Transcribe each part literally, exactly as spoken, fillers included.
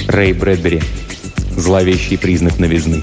Рэй Брэдбери. Зловещий признак новизны.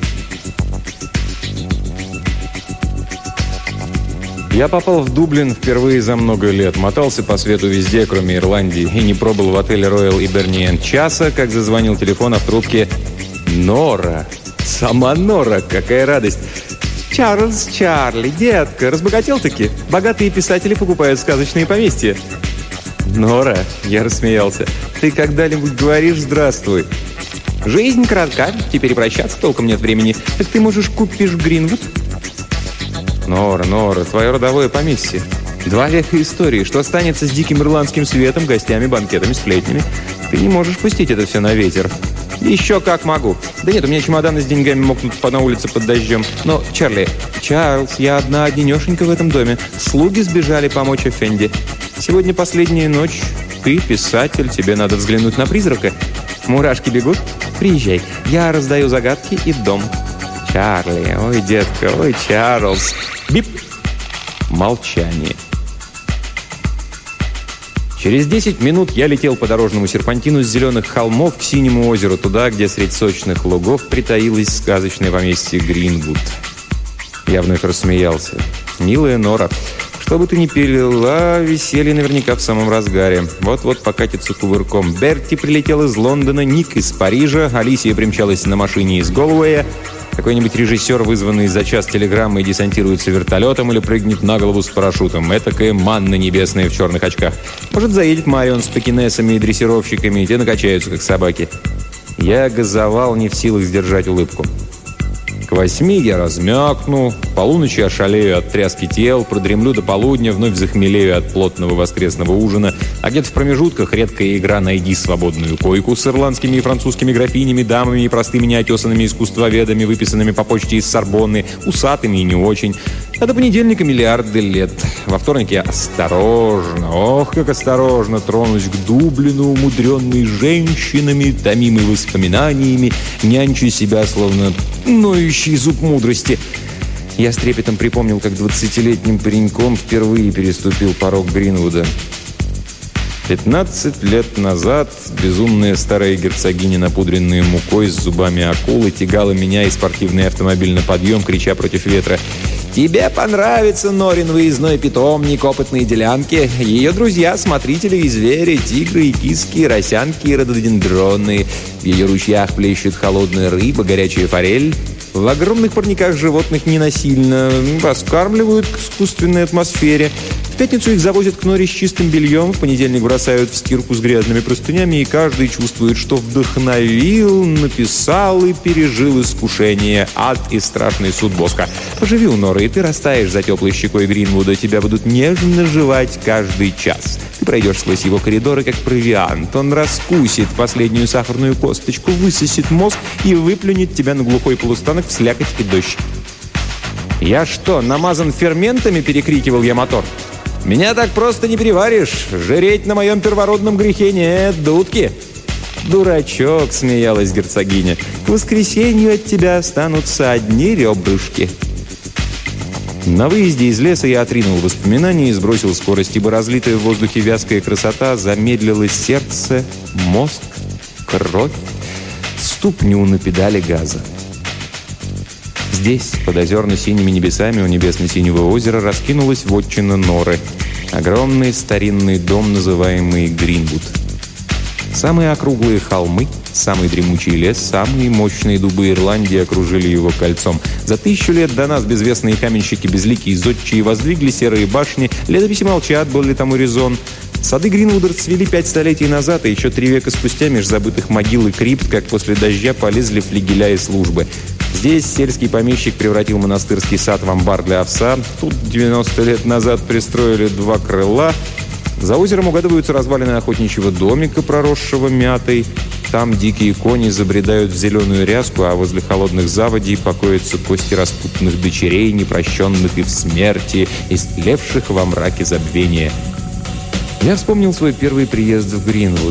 Я попал в Дублин впервые за много лет. Мотался по свету везде, кроме Ирландии. И не пробыл в отеле Royal Hibernian часа, как зазвонил телефон, а в трубке Нора. Сама Нора. Какая радость. «Чарльз, Чарли, детка, разбогател-таки? Богатые писатели покупают сказочные поместья». «Нора», — я рассмеялся, — «ты когда-нибудь говоришь «здравствуй»?» «Жизнь коротка, теперь и прощаться толком нет времени. Так ты, можешь, купишь Гринвуд?» «Нора, Нора, твое родовое поместье. Два века истории. Что останется с диким ирландским светом, гостями, банкетами, сплетнями? Ты не можешь пустить это все на ветер». «Еще как могу. Да нет, у меня чемоданы с деньгами мокнут на улице под дождем. Но, Чарли, Чарльз, я одна одинешенька в этом доме. Слуги сбежали помочь Эфенди. Сегодня последняя ночь. Ты писатель, тебе надо взглянуть на призрака. Мурашки бегут? Приезжай. Я раздаю загадки и дом». «Чарли, ой, детка, ой, Чарльз». Бип! Молчание. Через десять минут я летел по дорожному серпантину с зеленых холмов к синему озеру, туда, где средь сочных лугов притаилось сказочное поместье Гринвуд. Я вновь рассмеялся. «Милая Нора, что бы ты ни пилила, веселье наверняка в самом разгаре. Вот-вот покатится кувырком. Берти прилетел из Лондона, Ник из Парижа, Алисия примчалась на машине из Голуэя. Какой-нибудь режиссер, вызванный за час телеграммой, десантируется вертолетом или прыгнет на голову с парашютом. Этакая манна небесная в черных очках. Может, заедет Марион с пекинесами и дрессировщиками, и те накачаются, как собаки». Я газовал, не в силах сдержать улыбку. К восьми я размякну, к полуночи ошалею от тряски тел, продремлю до полудня, вновь захмелею от плотного воскресного ужина, а где-то в промежутках редкая игра «Найди свободную койку» с ирландскими и французскими графинями, дамами и простыми неотесанными искусствоведами, выписанными по почте из Сорбонны, усатыми и не очень. А до понедельника миллиарды лет. Во вторник я осторожно, ох, как осторожно тронусь к Дублину, умудренный женщинами, томимый воспоминаниями, нянчу себя, словно ноющий зуб мудрости. Я с трепетом припомнил, как двадцатилетним пареньком впервые переступил порог Гринвуда. Пятнадцать лет назад безумная старая герцогиня, напудренная мукой с зубами акулы, тягала меня и спортивный автомобиль на подъем, крича против ветра: «Тебе понравится Норин выездной питомник, опытные делянки. Ее друзья, смотрители и звери, тигры и киски, росянки и рододендроны. В ее ручьях плещет холодная рыба, горячая форель. В огромных парниках животных ненасильно раскармливают к искусственной атмосфере. В пятницу их завозят к Норе с чистым бельем, в понедельник бросают в стирку с грязными простынями, и каждый чувствует, что вдохновил, написал и пережил искушение, ад и страшный суд Боска. Поживи у Норы, и ты растаешь за теплой щекой Гринвуда, тебя будут нежно жевать каждый час. Ты пройдешь сквозь его коридоры, как провиант. Он раскусит последнюю сахарную косточку, высосет мозг и выплюнет тебя на глухой полустанок в слякоть и дождь. «Я что, намазан ферментами?» — перекрикивал я мотор. «Меня так просто не переваришь. Жреть на моем первородном грехе нет, дудки». «Дурачок», — смеялась герцогиня, — «к воскресенью от тебя останутся одни ребрышки». На выезде из леса я отринул воспоминания и сбросил скорость, ибо разлитая в воздухе вязкая красота замедлила сердце, мозг, кровь, ступню на педали газа. Здесь, под озерно-синими небесами у небесно-синего озера, раскинулась вотчина Норы. Огромный старинный дом, называемый Гринвуд. Самые округлые холмы, самый дремучий лес, самые мощные дубы Ирландии окружили его кольцом. За тысячу лет до нас безвестные каменщики, безликие зодчие воздвигли серые башни. Летописи молчат, был ли тому резон. Сады Гринвуда расцвели пять столетий назад, и еще три века спустя меж забытых могил и крипт, как после дождя, полезли флигеля и службы. Здесь сельский помещик превратил монастырский сад в амбар для овса. Тут девяносто лет назад пристроили два крыла. За озером угадываются развалины охотничьего домика, проросшего мятой. Там дикие кони забредают в зеленую ряску, а возле холодных заводей покоятся кости распутанных дочерей, непрощенных и в смерти, истлевших во мраке забвения. Я вспомнил свой первый приезд в Гринвуд.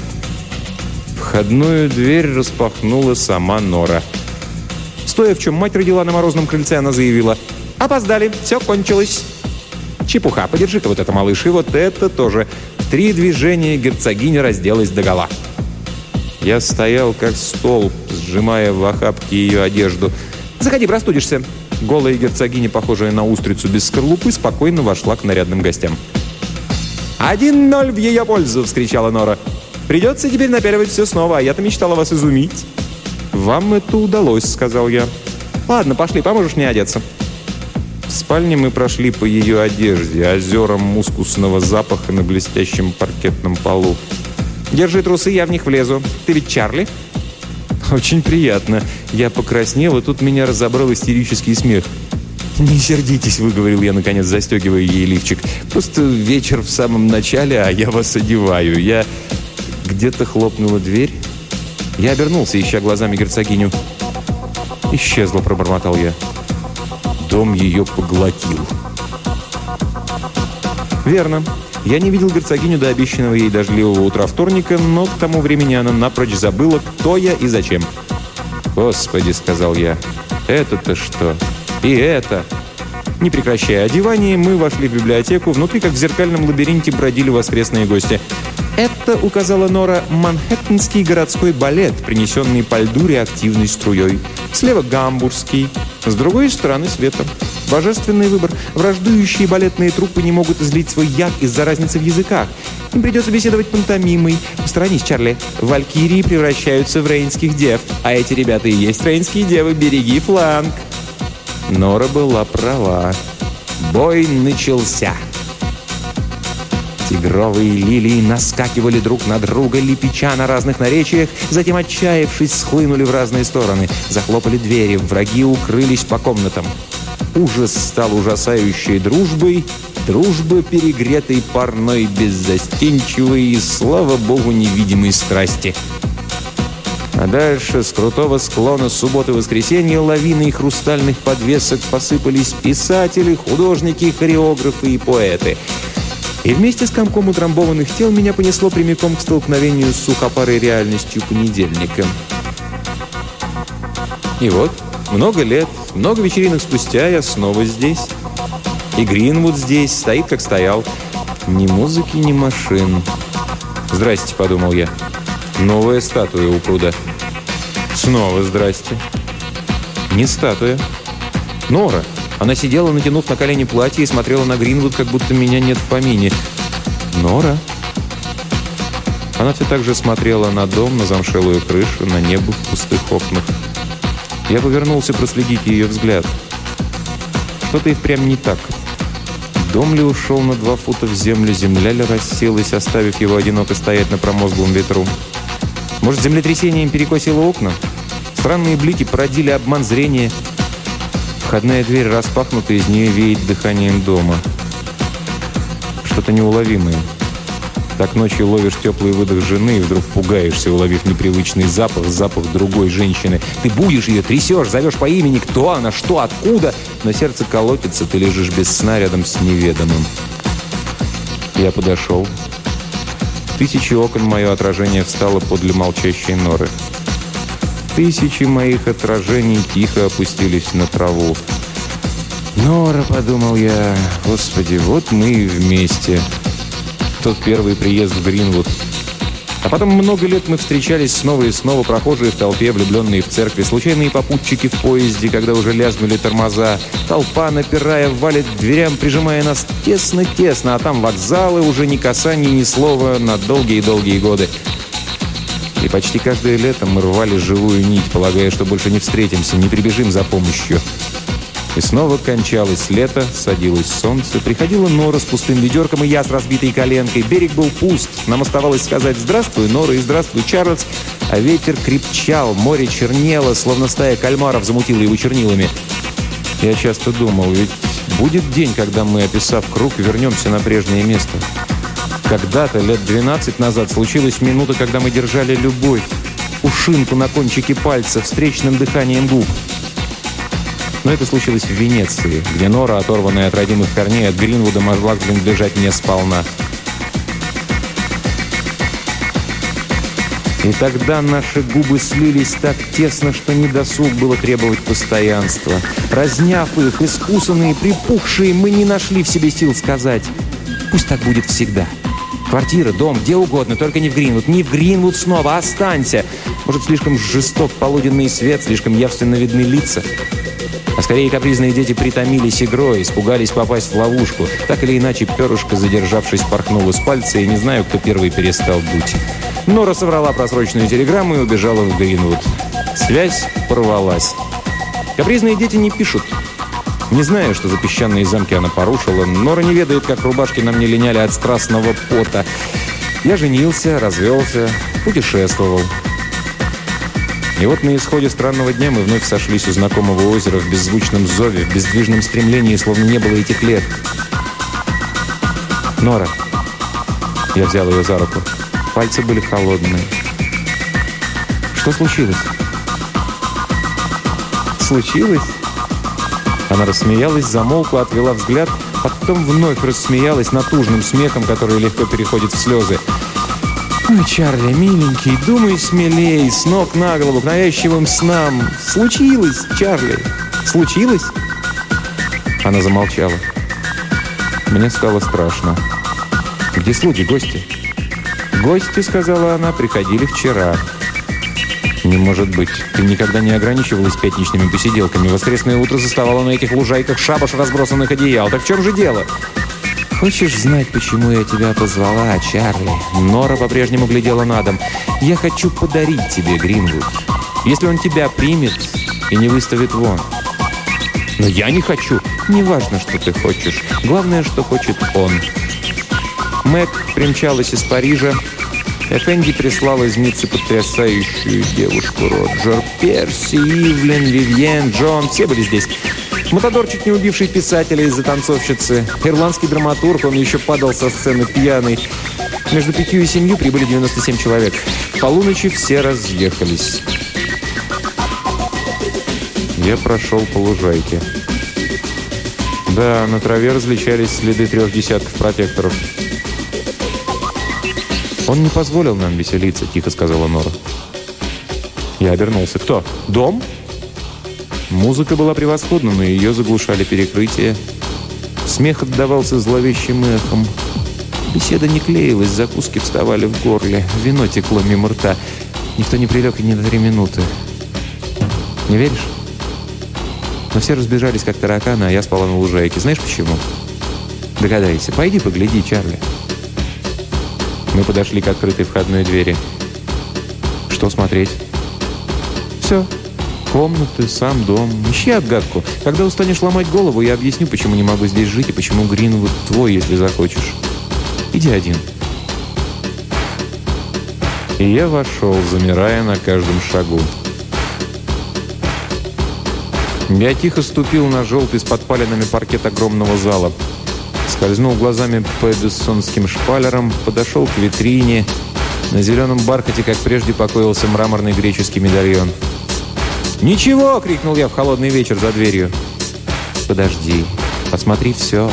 Входную дверь распахнула сама Нора. Стоя, в чем мать родила на морозном крыльце, она заявила: «Опоздали, все кончилось». «Чепуха, подержи-ка вот это, малыш, и вот это тоже». В три движения герцогиня разделась догола. Я стоял как столб, сжимая в охапке ее одежду. «Заходи, простудишься!» Голая герцогиня, похожая на устрицу без скорлупы, спокойно вошла к нарядным гостям. «Один ноль в ее пользу!» — вскричала Нора. «Придется теперь напяливать все снова, а я-то мечтала вас изумить». «Вам это удалось», — сказал я. «Ладно, пошли, поможешь мне одеться». В спальне мы прошли по ее одежде, озерам мускусного запаха на блестящем паркетном полу. «Держи трусы, я в них влезу. Ты ведь Чарли?» «Очень приятно». Я покраснел, и тут меня разобрал истерический смех. «Не сердитесь», — выговорил я, наконец, застегивая ей лифчик. «Просто вечер в самом начале, а я вас одеваю. Я...» Где-то хлопнула дверь. Я обернулся, ища глазами герцогиню. «Исчезла», — пробормотал я. Дом ее поглотил. «Верно. Я не видел герцогиню до обещанного ей дождливого утра вторника, но к тому времени она напрочь забыла, кто я и зачем». «Господи», — сказал я, — «это-то что? И это?» Не прекращая одевание, мы вошли в библиотеку. Внутри, как в зеркальном лабиринте, бродили воскресные гости. «Это, — указала Нора, — манхэттенский городской балет, принесенный по льду реактивной струей. Слева гамбургский, с другой стороны света. Божественный выбор. Враждующие балетные труппы не могут излить свой яд из-за разницы в языках. Им придется беседовать пантомимой. Посторонись, Чарли. Валькирии превращаются в рейнских дев. А эти ребята и есть рейнские девы. Береги фланг». Нора была права. Бой начался. Тигровые лилии наскакивали друг на друга, лепеча на разных наречиях, затем, отчаявшись, схлынули в разные стороны. Захлопали двери, враги укрылись по комнатам. Ужас стал ужасающей дружбой, дружба перегретой парной, беззастенчивой и, слава богу, невидимой страсти. А дальше с крутого склона субботы и воскресенья лавиной хрустальных подвесок посыпались писатели, художники, хореографы и поэты. И вместе с комком утрамбованных тел меня понесло прямиком к столкновению с сухопарой реальностью понедельника. И вот, много лет, много вечеринок спустя я снова здесь. И Гринвуд здесь стоит, как стоял. Ни музыки, ни машин. «Здрасте», — подумал я. Новая статуя у пруда. Снова «здрасте». Не статуя. Нора. Она сидела, натянув на колени платье, и смотрела на Гринвуд, как будто меня нет в помине. Нора. Она все так же смотрела на дом, на замшелую крышу, на небо в пустых окнах. Я повернулся проследить ее взгляд. Что-то и впрямь не так. Дом ли ушел на два фута в землю, земля ли расселась, оставив его одиноко стоять на промозглом ветру? Может, землетрясением перекосило окна? Странные блики породили обман зрения. Входная дверь распахнута, из нее веет дыханием дома. Что-то неуловимое. Так ночью ловишь теплый выдох жены и вдруг пугаешься, уловив непривычный запах, запах другой женщины. Ты будешь ее, трясешь, зовешь по имени, кто она, что, откуда, но сердце колотится, ты лежишь без сна рядом с неведомым. Я подошел. В тысячи окон мое отражение встало подле молчащей Норы. Тысячи моих отражений тихо опустились на траву. «Нора», — подумал я, — «Господи, вот мы и вместе». Тот первый приезд в Гринвуд. А потом много лет мы встречались снова и снова, прохожие в толпе, влюбленные в церкви, случайные попутчики в поезде, когда уже лязгнули тормоза. Толпа, напирая, валит к дверям, прижимая нас тесно-тесно, а там вокзалы, уже ни касания, ни слова на долгие-долгие годы. И почти каждое лето мы рвали живую нить, полагая, что больше не встретимся, не прибежим за помощью. И снова кончалось лето, садилось солнце, приходила Нора с пустым ведерком, и я с разбитой коленкой. Берег был пуст, нам оставалось сказать «Здравствуй, Нора» и «Здравствуй, Чарльз», а ветер крепчал, море чернело, словно стая кальмаров замутила его чернилами. Я часто думал, ведь будет день, когда мы, описав круг, вернемся на прежнее место. Когда-то, лет двенадцать назад, случилась минута, когда мы держали любовь, пушинку на кончике пальца, встречным дыханием губ. Но это случилось в Венеции, где Нора, оторванная от родимых корней, от Гринвуда, могла принадлежать мне сполна. И тогда наши губы слились так тесно, что недосуг было требовать постоянства. Разняв их, искусанные, припухшие, мы не нашли в себе сил сказать: «Пусть так будет всегда». Квартира, дом, где угодно, только не в Гринвуд. Не в Гринвуд снова, останься. Может, слишком жесток полуденный свет, слишком явственно видны лица. А скорее капризные дети притомились игрой, испугались попасть в ловушку. Так или иначе, перышко, задержавшись, порхнуло с пальца, и не знаю, кто первый перестал дуть. Нора соврала просроченную телеграмму и убежала в Гринвуд. Связь порвалась. Капризные дети не пишут. Не знаю, что за песчаные замки она порушила. Нора не ведает, как рубашки на мне линяли от страстного пота. Я женился, развелся, путешествовал. И вот на исходе странного дня мы вновь сошлись у знакомого озера в беззвучном зове, в бездвижном стремлении, словно не было этих лет. «Нора». Я взял ее за руку. Пальцы были холодные. «Что случилось?» «Случилось?» Она рассмеялась, замолкла, отвела взгляд, потом вновь рассмеялась натужным смехом, который легко переходит в слезы. «Ой, Чарли, миленький, думай смелей, с ног на голову, к навязчивым снам. Случилось, Чарли, случилось?» Она замолчала. Мне стало страшно. «Где слуги, гости?» «Гости, — сказала она, — приходили вчера». «Не может быть. Ты никогда не ограничивалась пятничными посиделками. Воскресное утро заставала на этих лужайках шабаш разбросанных одеял. Так в чем же дело?» «Хочешь знать, почему я тебя позвала, Чарли?» Нора по-прежнему глядела на дом. «Я хочу подарить тебе Гринвуд. Если он тебя примет и не выставит вон». «Но я не хочу». «Неважно, что ты хочешь. Главное, что хочет он». Мэг примчалась из Парижа. Эфенди прислал из Ниццы потрясающую девушку. Роджер, Перси, Ивлин, Вивьен, Джон. Все были здесь. Матадор, чуть не убивший писателя из-за танцовщицы. Ирландский драматург, он еще падал со сцены пьяный. Между пятью и семью прибыли девяносто семь человек. К полуночи все разъехались. Я прошел по лужайке. Да, на траве различались следы трех десятков протекторов. «Он не позволил нам веселиться», — тихо сказала Нора. Я обернулся. «Кто? Дом?» Музыка была превосходна, но ее заглушали перекрытия. Смех отдавался зловещим эхом. Беседа не клеилась, закуски вставали в горле. Вино текло мимо рта. Никто не прилег и ни на три минуты. Не веришь? Но все разбежались, как тараканы, а я спала на лужайке. Знаешь почему? Догадайся. Пойди погляди, Чарли. Мы подошли к открытой входной двери. Что смотреть? Все. Комнаты, сам дом. Ищи отгадку. Когда устанешь ломать голову, я объясню, почему не могу здесь жить и почему Гринвуд твой, если захочешь. Иди один. И я вошел, замирая на каждом шагу. Я тихо ступил на желтый с подпаленными паркет огромного зала. Скользнул глазами по эдессонским шпалерам, подошел к витрине. На зеленом бархате, как прежде, покоился мраморный греческий медальон. «Ничего!» — крикнул я в холодный вечер за дверью. «Подожди, посмотри все».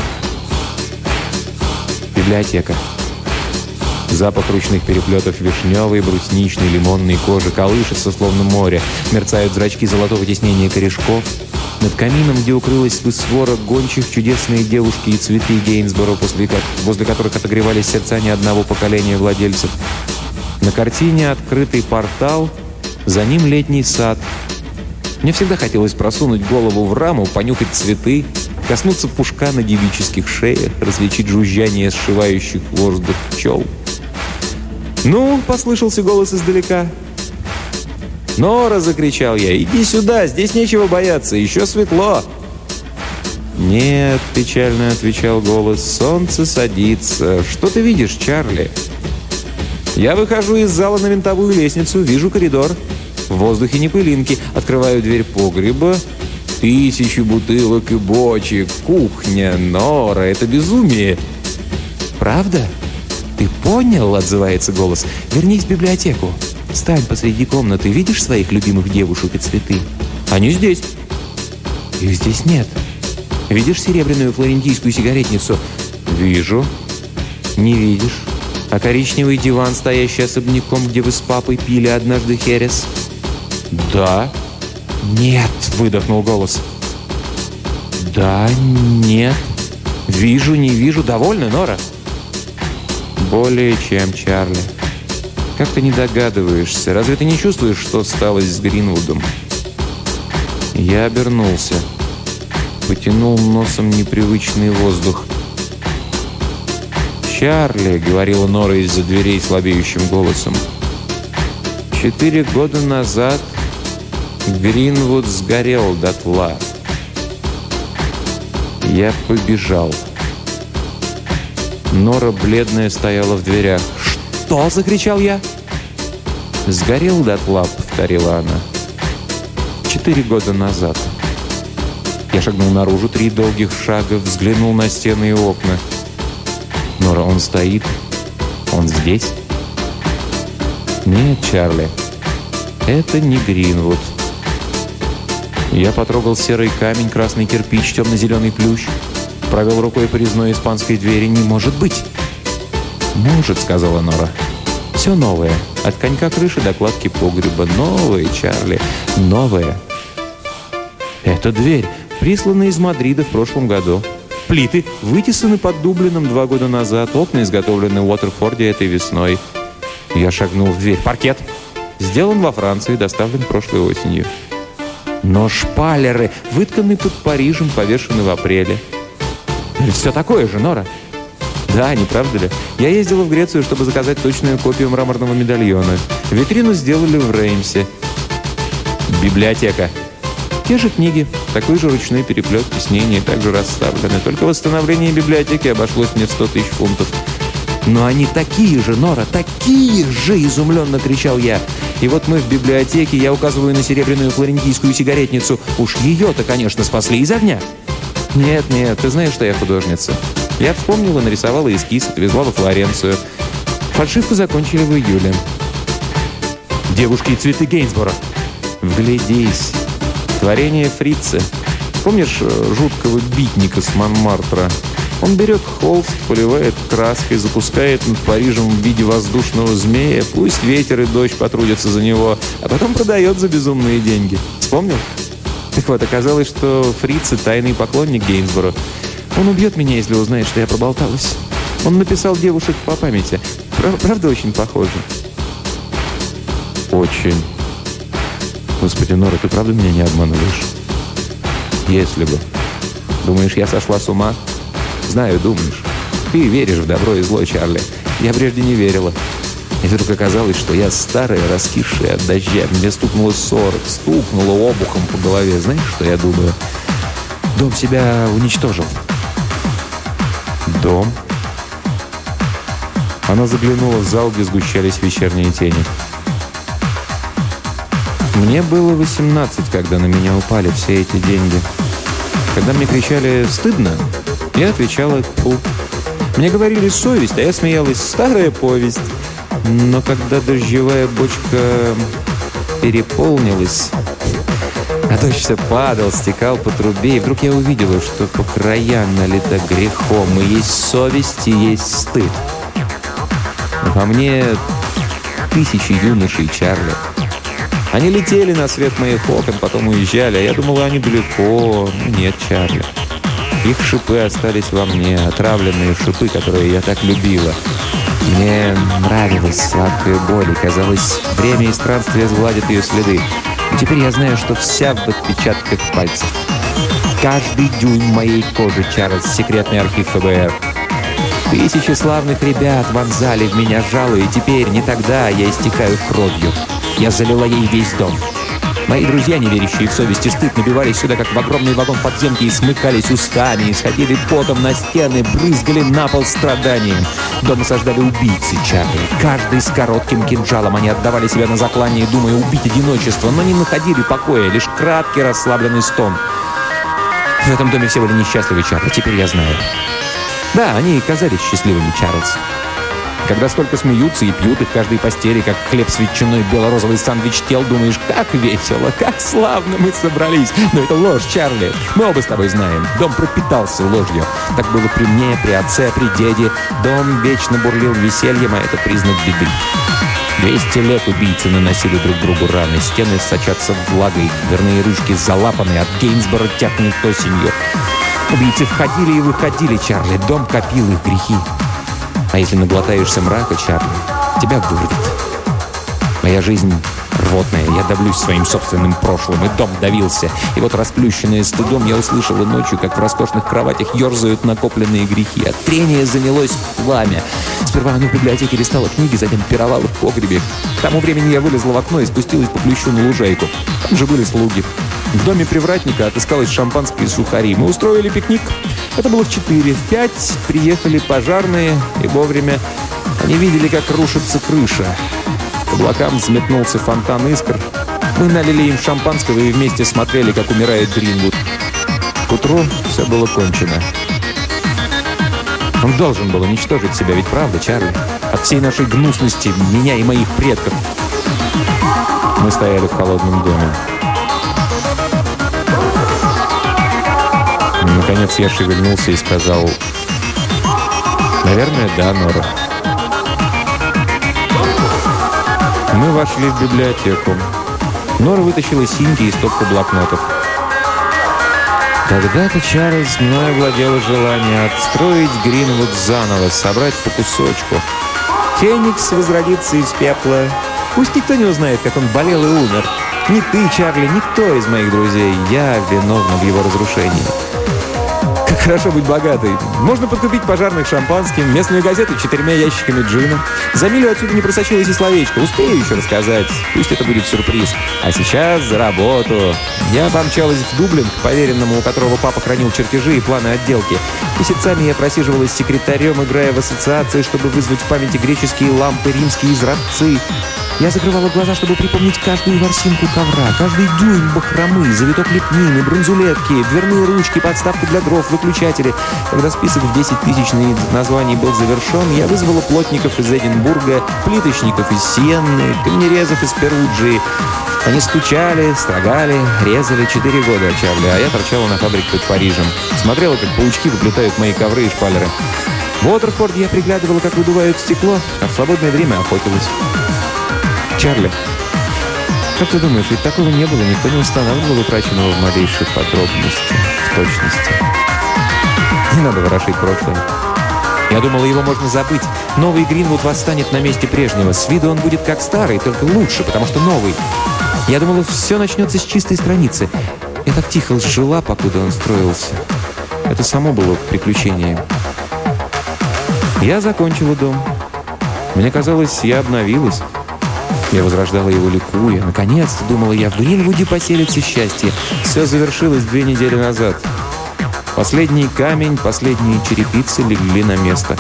Библиотека. Запах ручных переплетов вишневой, брусничной, лимонной кожи колышется, словно море. Мерцают зрачки золотого тиснения корешков. Над камином, где укрылась бы свора гончих, чудесные девушки и цветы Гейнсборо, после, возле которых отогревались сердца не одного поколения владельцев. На картине открытый портал, за ним летний сад. Мне всегда хотелось просунуть голову в раму, понюхать цветы, коснуться пушка на девических шеях, различить жужжание сшивающих воздух пчел. «Ну!» — послышался голос издалека. «Нора!» — закричал я. «Иди сюда! Здесь нечего бояться! Еще светло!» «Нет!» — печально отвечал голос. «Солнце садится! Что ты видишь, Чарли?» Я выхожу из зала на винтовую лестницу, вижу коридор. В воздухе не пылинки. Открываю дверь погреба. Тысячи бутылок и бочек. Кухня, Нора. Это безумие. «Правда? Ты понял?» — отзывается голос. «Вернись в библиотеку. Стань посреди комнаты. Видишь своих любимых девушек и цветы? Они здесь». «Их здесь нет. Видишь серебряную флорентийскую сигаретницу?» «Вижу». «Не видишь. А коричневый диван, стоящий особняком, где вы с папой пили однажды херес?» «Да». «Нет», — выдохнул голос. «Да, нет. Вижу, не вижу. Довольно, Нора?» Более чем, Чарли. Как ты не догадываешься? Разве ты не чувствуешь, что стало с Гринвудом? Я обернулся. Потянул носом непривычный воздух. «Чарли», — говорила Нора из-за дверей слабеющим голосом, — «четыре года назад Гринвуд сгорел дотла. Я побежал». Нора, бледная, стояла в дверях. «Что?» — закричал я. «Сгорел дотла», — повторила она. «Четыре года назад». Я шагнул наружу три долгих шага, взглянул на стены и окна. «Нора, он стоит? Он здесь?» «Нет, Чарли, это не Гринвуд». Я потрогал серый камень, красный кирпич, темно-зеленый плющ. Провел рукой по резной испанской двери. «Не может быть!» «Может», — сказала Нора. «Все новое. От конька крыши до кладки погреба. Новое, Чарли. Новое». «Это дверь, присланная из Мадрида в прошлом году. Плиты вытесаны под Дублином два года назад. Окна изготовлены в Уотерфорде этой весной». Я шагнул в дверь. «Паркет. Сделан во Франции, доставлен прошлой осенью». «Но шпалеры вытканы под Парижем, повешены в апреле». «Все такое же, Нора». «Да, не правда ли? Я ездила в Грецию, чтобы заказать точную копию мраморного медальона. Витрину сделали в Реймсе». «Библиотека». «Те же книги, такой же ручной переплет, тиснения также расставлены. Только восстановление библиотеки обошлось мне в сто тысяч фунтов». «Но они такие же, Нора, такие же!» — изумленно кричал я. «И вот мы в библиотеке, я указываю на серебряную флорентийскую сигаретницу. Уж ее-то, конечно, спасли из огня». «Нет, нет, ты знаешь, что я художница». Я вспомнила, нарисовала эскиз, отвезла во Флоренцию. Фальшивку закончили в июле. «Девушки и цветы Гейнсборо». «Вглядись. Творение Фрица. Помнишь жуткого битника с Монмартра? Он берет холст, поливает краской, запускает над Парижем в виде воздушного змея. Пусть ветер и дождь потрудятся за него, а потом продает за безумные деньги. Вспомнил?» Так вот, оказалось, что Фриц — тайный поклонник Гейнсборо. Он убьет меня, если узнает, что я проболталась. Он написал девушек по памяти. Прав- правда, очень похоже? Очень. Господи, Нора, ты правда меня не обманываешь? Если бы. Думаешь, я сошла с ума? Знаю, думаешь. Ты веришь в добро и зло, Чарли. Я прежде не верила. И вдруг оказалось, что я старая, раскисшая от дождя. Мне стукнуло сорок, стукнуло обухом по голове. Знаешь, что я думаю? Дом себя уничтожил. Дом? Она заглянула в зал, где сгущались вечерние тени. Мне было восемнадцать, когда на меня упали все эти деньги. Когда мне кричали «стыдно», я отвечала «тьфу». Мне говорили «совесть», а я смеялась «старая повесть». Но когда дождевая бочка переполнилась, а дождь все падал, стекал по трубе, и вдруг я увидела, что по краям налито грехом, и есть совесть, и есть стыд. Во мне тысячи юношей, Чарли. Они летели на свет моих окон, потом уезжали, а я думала, они далеко. Нет, Чарли. Их шипы остались во мне, отравленные шипы, которые я так любила. Мне нравилась сладкая боль, и казалось, время и странствие сгладят ее следы. И теперь я знаю, что вся в отпечатках пальцев. Каждый дюйм моей кожи, Чарльз, секретный архив эф бэ эр. Тысячи славных ребят вонзали в меня жало, и теперь, не тогда, я истекаю кровью. Я залила ей весь дом. Мои друзья, не верящие в совесть и стыд, набивались сюда, как в огромный вагон подземки, и смыкались устами, исходили потом на стены, брызгали на пол страданием. Дом осаждали убийцы, Чарли. Каждый с коротким кинжалом. Они отдавали себя на заклание, думая убить одиночество, но не находили покоя, лишь краткий расслабленный стон. В этом доме все были несчастливы, Чарли, теперь я знаю. Да, они и казались счастливыми, Чарльз. Когда столько смеются и пьют, и в каждой постели, как хлеб с ветчиной, бело-розовый сандвич тел, думаешь, как весело, как славно мы собрались. Но это ложь, Чарли. Мы оба с тобой знаем. Дом пропитался ложью. Так было при мне, при отце, при деде. Дом вечно бурлил весельем, а это признак беды. Двести лет убийцы наносили друг другу раны. Стены сочатся влагой, дверные ручки залапаны, от Гейнсборо тяпнет осенью. Убийцы входили и выходили, Чарли. Дом копил их грехи. А если наглотаешься мрака, Чарли, тебя вырвет. Моя жизнь рвотная, я давлюсь своим собственным прошлым, и дом давился. И вот, расплющенная стыдом, я услышала ночью, как в роскошных кроватях ерзают накопленные грехи. От трения занялось пламя. Сперва оно в библиотеке листало книги, затем пировало в погребе. К тому времени я вылезла в окно и спустилась по плющу на лужайку. Там же были слуги. В доме привратника отыскалось шампанское и сухари. Мы устроили пикник. Это было в четыре. В пять приехали пожарные, и вовремя они видели, как рушится крыша. К облакам взметнулся фонтан искр. Мы налили им шампанского и вместе смотрели, как умирает Гринвуд. К утру все было кончено. Он должен был уничтожить себя, ведь правда, Чарли? От всей нашей гнусности, меня и моих предков. Мы стояли в холодном доме. Наконец я шевельнулся и сказал: «Наверное, да, Нора». Мы вошли в библиотеку. Нора вытащила синьки и стопку блокнотов. Когда-то, Чарльз, мною владело желание отстроить Гринвуд заново, собрать по кусочку. Феникс возродится из пепла. Пусть никто не узнает, как он болел и умер. Ни ты, Чарли, никто из моих друзей. Я виновна в его разрушении. Как хорошо быть богатой. Можно подкупить пожарных шампанским, местную газету четырьмя ящиками джина. За милю отсюда не просочилось и словечко. Успею еще рассказать. Пусть это будет сюрприз. А сейчас за работу. Я помчалась в Дублин, к поверенному, у которого папа хранил чертежи и планы отделки. Месяцами я просиживалась с секретарем, играя в ассоциации, чтобы вызвать в памяти греческие лампы, римские изразцы. Я закрывала глаза, чтобы припомнить каждую ворсинку ковра, каждый дюйм бахромы, завиток лепнины, бронзулетки, дверные ручки, подставку для дров, выключатели. Когда список в десять тысяч названий был завершен, я вызвала плотников из Эдинбурга, плиточников из Сиенны, камнерезов из Перуджии. Они стучали, строгали, резали четыре года, Чарли, а я торчала на фабрике под Парижем. Смотрела, как паучки выплетают мои ковры и шпалеры. В Уотерфорде я приглядывала, как выдувают стекло, а в свободное время охотилась. Чарли, как ты думаешь, ведь такого не было, никто не устанавливал утраченного в малейших подробностях, в точности. Не надо ворошить прошлое. Я думала, его можно забыть. Новый Гринвуд восстанет на месте прежнего. С виду он будет как старый, только лучше, потому что новый. Я думала, все начнется с чистой страницы. Я так тихо жила, покуда он строился. Это само было приключением. Я закончила дом. Мне казалось, я обновилась. Я возрождала его, ликуя. Наконец-то, думала я, в Гринвуде поселится счастье. Все завершилось две недели назад. Последний камень, последние черепицы легли на место.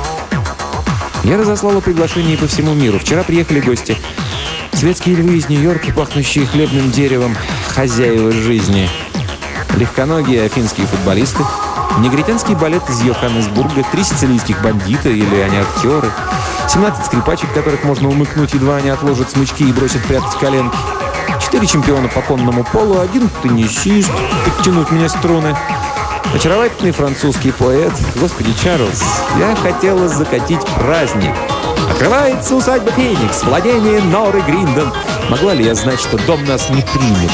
Я разослала приглашения по всему миру. Вчера приехали гости. Светские львы из Нью-Йорка, пахнущие хлебным деревом, хозяева жизни. Легконогие афинские футболисты. Негритянский балет из Йоханнесбурга. Три сицилийских бандита, или они актеры. семнадцать скрипачек, которых можно умыкнуть, едва они отложат смычки и бросят прятать коленки. Четыре чемпиона по конному полу, один теннисист, подтянуть мне струны. Очаровательный французский поэт. Господи, Чарльз, я хотела закатить праздник. Открывается усадьба Феникс, владение Норы Гриндон. Могла ли я знать, что дом нас не примет?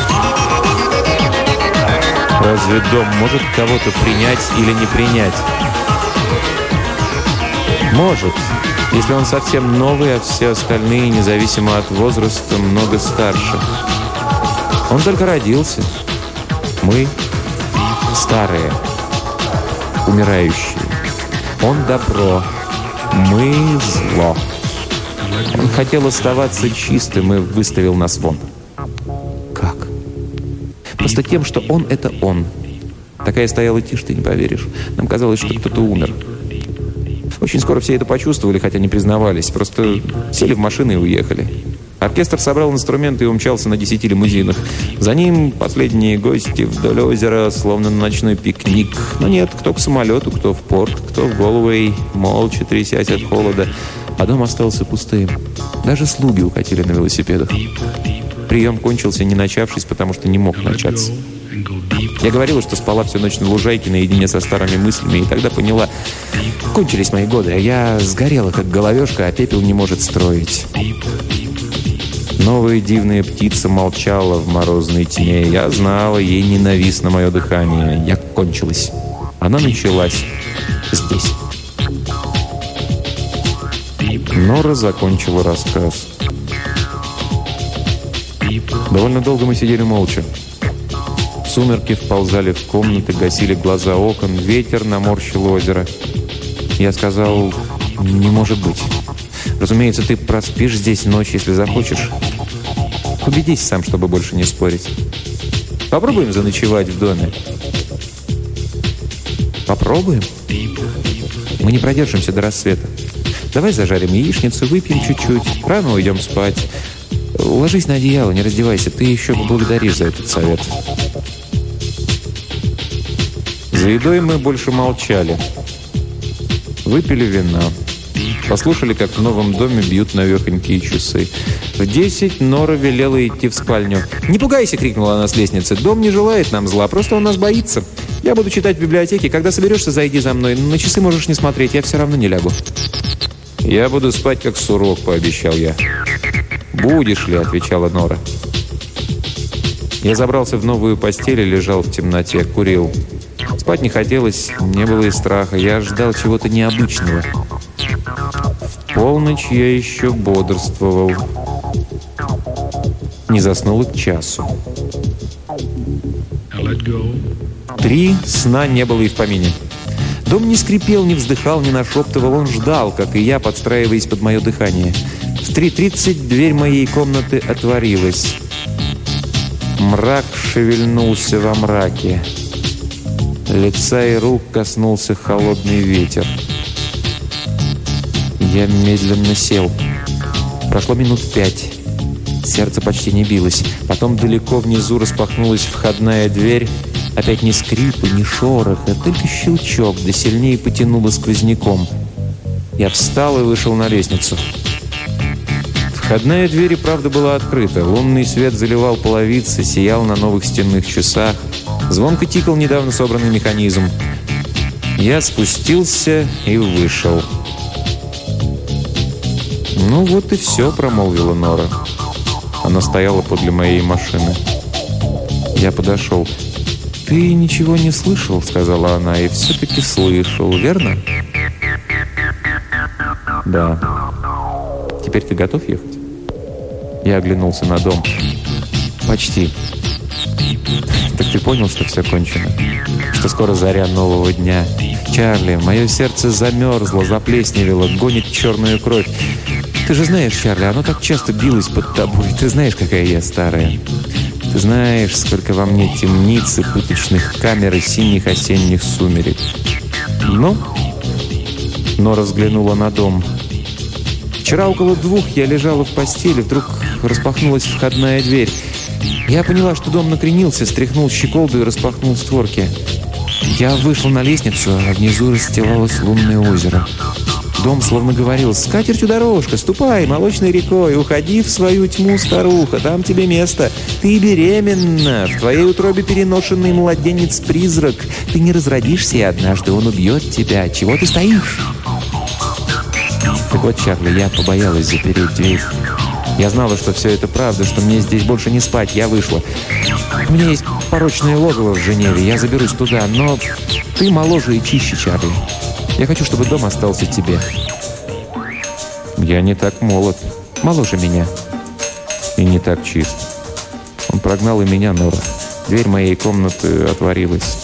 Разве дом может кого-то принять или не принять? Может, если он совсем новый, а все остальные, независимо от возраста, много старше. Он только родился. Мы старые, умирающие. Он добро, мы зло. Он хотел оставаться чистым и выставил нас вон. Как? Просто тем, что он — это он. Такая стояла тишь, ты не поверишь. Нам казалось, что кто-то умер. Очень скоро все это почувствовали, хотя не признавались. Просто сели в машины и уехали. Оркестр собрал инструменты и умчался на десяти лимузинах. За ним последние гости вдоль озера, словно на ночной пикник. Но нет, кто к самолету, кто в порт, кто в Голуэй, молча трясясь от холода. А дом остался пустым. Даже слуги укатили на велосипедах. Прием кончился, не начавшись, потому что не мог начаться. Я говорила, что спала всю ночь на лужайке наедине со старыми мыслями, и тогда поняла, кончились мои годы, а я сгорела, как головешка, а пепел не может строить. Новая дивная птица молчала в морозной тьме. Я знала, ей ненавистно мое дыхание. Я кончилась. Она началась здесь. Нора закончила рассказ. Довольно долго мы сидели молча. Сумерки вползали в комнаты, гасили глаза окон, ветер наморщил озеро. Я сказал: «Не может быть. Разумеется, ты проспишь здесь ночь, если захочешь. Убедись сам, чтобы больше не спорить. Попробуем заночевать в доме». «Попробуем? Мы не продержимся до рассвета. Давай зажарим яичницу, выпьем чуть-чуть, рано уйдем спать. Ложись на одеяло, не раздевайся, ты еще поблагодаришь за этот совет». За едой мы больше молчали. Выпили вина. Послушали, как в новом доме бьют навехонькие часы. В десять Нора велела идти в спальню. «Не пугайся!» — крикнула она с лестницы. «Дом не желает нам зла, просто он нас боится. Я буду читать в библиотеке. Когда соберешься, зайди за мной. На часы можешь не смотреть, я все равно не лягу». «Я буду спать, как сурок», — пообещал я. «Будешь ли?» — отвечала Нора. Я забрался в новую постель и лежал в темноте, курил. Спать не хотелось, не было и страха. Я ждал чего-то необычного. В полночь я еще бодрствовал. Не заснул и к часу. Три сна не было и в помине. Дом не скрипел, не вздыхал, не нашептывал. Он ждал, как и я, подстраиваясь под мое дыхание. В три тридцать дверь моей комнаты отворилась. Мрак шевельнулся во мраке. Лица и рук коснулся холодный ветер. Я медленно сел. Прошло минут пять. Сердце почти не билось. Потом далеко внизу распахнулась входная дверь. Опять ни скрипа, ни шороха, только щелчок, да сильнее потянуло сквозняком. Я встал и вышел на лестницу. Входная дверь и правда была открыта. Лунный свет заливал половицы, сиял на новых стенных часах. Звонко тикал недавно собранный механизм. Я спустился и вышел. «Ну вот и все», — промолвила Нора. Она стояла подле моей машины. Я подошел. «Ты ничего не слышал?» — сказала она. «И все-таки слышал, верно?» «Да». «Теперь ты готов ехать?» Я оглянулся на дом. «Почти». «Так ты понял, что все кончено? Что скоро заря нового дня? Чарли, мое сердце замерзло, заплесневело, гонит черную кровь. Ты же знаешь, Чарли, оно так часто билось под тобой. Ты знаешь, какая я старая. Ты знаешь, сколько во мне темниц и пыточных камер и синих осенних сумерек». «Ну?» Нора взглянула на дом. «Вчера около двух я лежала в постели, вдруг распахнулась входная дверь. Я поняла, что дом накренился, стряхнул щеколду и распахнул створки. Я вышла на лестницу, а внизу расстилалось лунное озеро. Дом словно говорил: «С катертью дорожка, ступай молочной рекой, уходи в свою тьму, старуха, там тебе место. Ты беременна, в твоей утробе переношенный младенец-призрак. Ты не разродишься, и однажды он убьет тебя. Чего ты стоишь?» Так вот, Чарли, я побоялась запереть дверь. Я знала, что все это правда, что мне здесь больше не спать. Я вышла. У меня есть порочное логово в Женеве, я заберусь туда, но ты моложе и чище, Чарли. Я хочу, чтобы дом остался тебе». «Я не так молод, моложе меня. И не так чист». Он прогнал и меня, Нора. Дверь моей комнаты отворилась.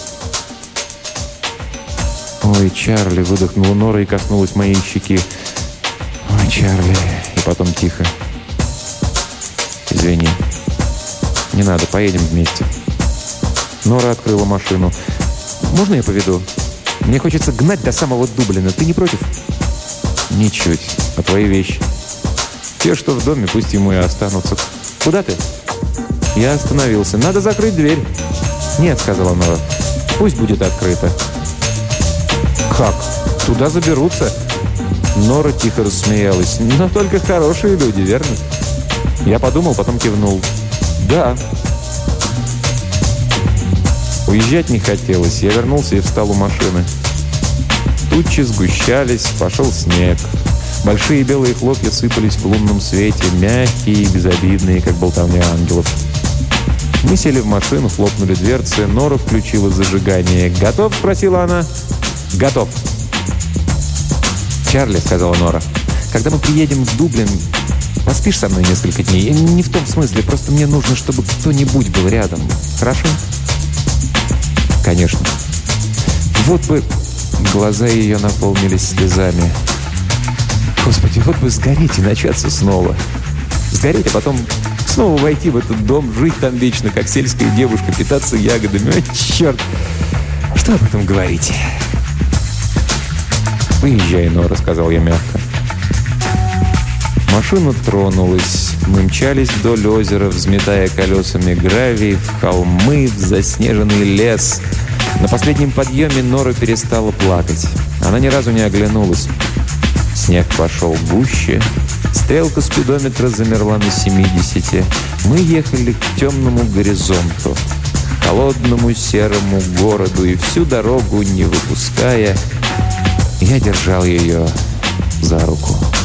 «Ой, Чарли», — выдохнула Нора и коснулась моей щеки. «Ой, Чарли». И потом тихо: «Извини. Не надо, поедем вместе». Нора открыла машину. «Можно я поведу? Мне хочется гнать до самого Дублина. Ты не против?» «Ничуть. А твои вещи?» «Те, что в доме, пусть ему и останутся». «Куда ты?» Я остановился. «Надо закрыть дверь». «Нет», — сказала Нора. «Пусть будет открыто». «Как? Туда заберутся?» Нора тихо рассмеялась. «Но только хорошие люди, верно?» Я подумал, потом кивнул. «Да». Уезжать не хотелось. Я вернулся и встал у машины. Тучи сгущались, пошел снег. Большие белые хлопья сыпались в лунном свете, мягкие и безобидные, как болтовня ангелов. Мы сели в машину, хлопнули дверцы. Нора включила зажигание. «Готов?» — спросила она. «Готов». «Чарли», — сказала Нора, — Когда мы приедем в Дублин, поспишь со мной несколько дней? Не в том смысле, просто мне нужно, чтобы кто-нибудь был рядом. Хорошо? Конечно. Вот бы... Глаза ее наполнились слезами. Господи, вот бы сгореть и начаться снова. Сгореть, а потом снова войти в этот дом, жить там вечно, как сельская девушка, питаться ягодами. Ой, черт! Что об этом говорить? «Выезжай, Нора», — сказал я мягко. Машина тронулась. Мы мчались вдоль озера, взметая колесами гравий, в холмы, в заснеженный лес. На последнем подъеме Нора перестала плакать. Она ни разу не оглянулась. Снег пошел гуще. Стрелка спидометра замерла на семидесяти. Мы ехали к темному горизонту, к холодному серому городу, и всю дорогу, не выпуская, я держал ее за руку.